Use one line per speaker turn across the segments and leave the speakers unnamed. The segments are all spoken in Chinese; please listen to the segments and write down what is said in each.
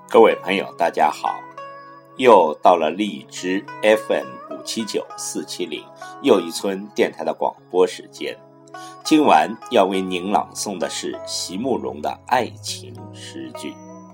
各位朋友大家好，又到了荔枝 FM579470 又一村电台的广播时间。今晚要为您朗诵的是席慕容的爱情诗句。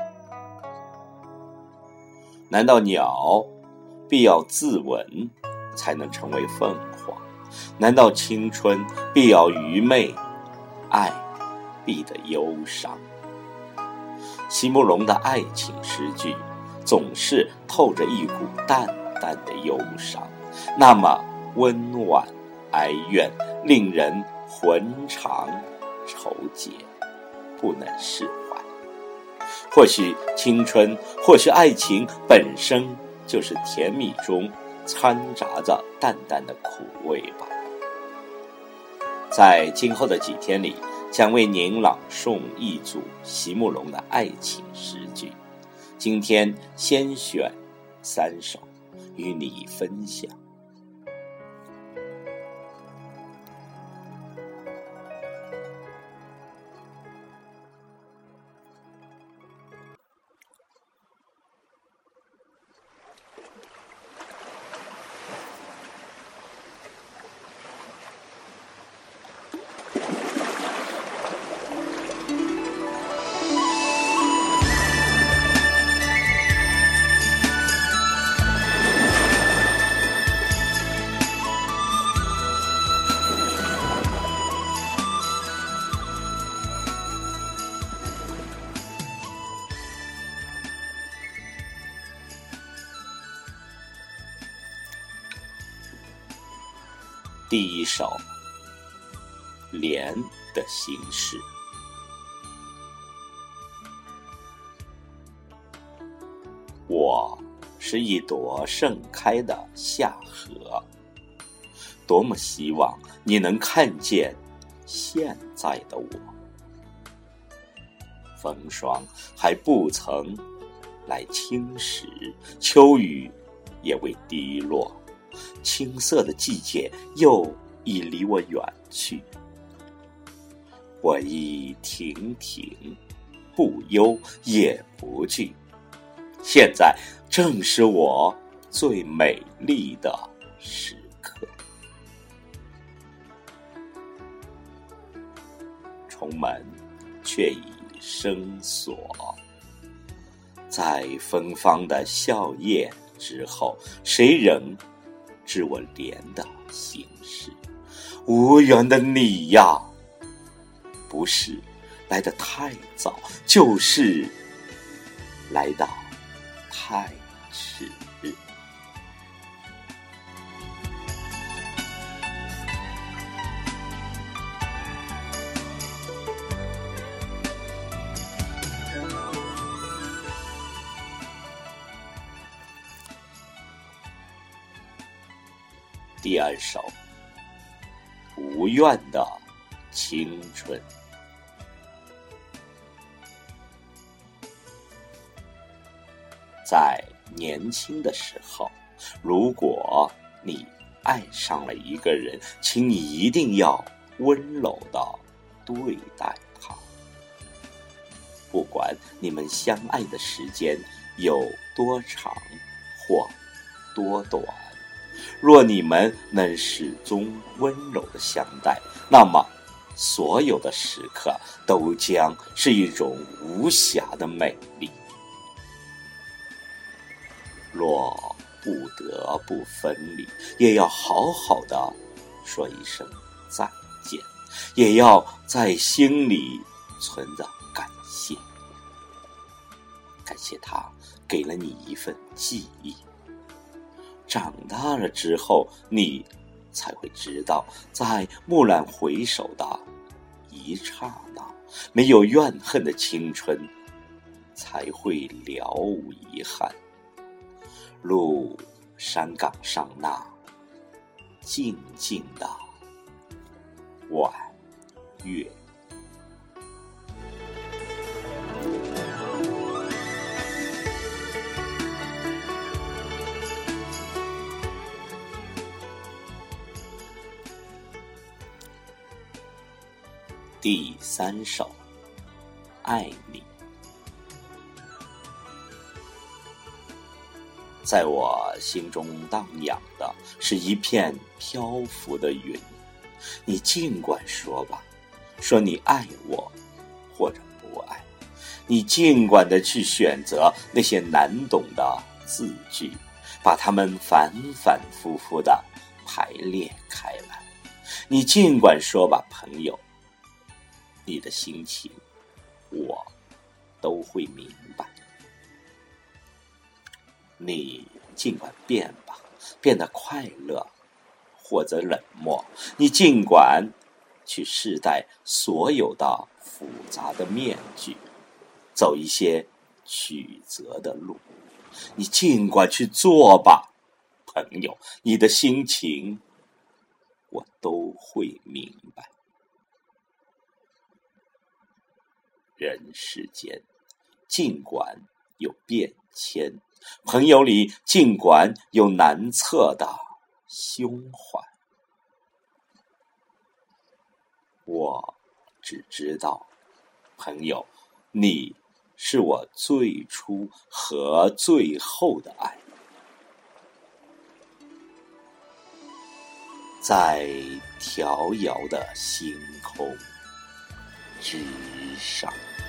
难道鸟必要自刎才能成为凤凰？难道青春必要愚昧，爱必得忧伤？席慕容的爱情诗句总是透着一股淡淡的忧伤，那么温婉哀怨，令人浑肠愁结，不能释怀。或许青春，或许爱情本身就是甜蜜中掺杂着淡淡的苦味吧。在今后的几天里，将为您朗诵一组席慕容的爱情诗句。今天先选3首与你分享。第1首，莲的心事。我是一朵盛开的夏荷，多么希望你能看见现在的我。风霜还不曾来侵蚀，秋雨也未滴落，青涩的季节又已离我远去。我已亭亭，不忧也不惧，现在正是我最美丽的时刻。重门却已生锁，在芬芳的笑靥之后，谁人知我莲的心事？无缘的你呀，不是来得太早，就是来得太迟。第2首，无怨的青春。在年轻的时候，如果你爱上了一个人，请你一定要温柔地对待他。不管你们相爱的时间有多长或多短，若你们能始终温柔地相待，那么所有的时刻都将是一种无瑕的美丽。若不得不分离，也要好好的说一声再见，也要在心里存着感谢。感谢他给了你一份记忆。长大了之后，你才会知道，在蓦然回首的一刹那，没有怨恨的青春才会了无遗憾。入山岗上那静静的晚月。第3首，爱你。 在我心中荡漾的是一片漂浮的云。你尽管说吧，说你爱我或者不爱，你尽管的去选择那些难懂的字句，把它们反反复复的排列开来。你尽管说吧，朋友，你的心情我都会明白。你尽管变吧，变得快乐或者冷漠，你尽管去试戴所有的复杂的面具，走一些曲折的路，你尽管去做吧，朋友，你的心情我都会明白。人世间尽管有变迁，朋友里尽管有难测的胸怀，我只知道，朋友，你是我最初和最后的爱。在迢遥的星空之上。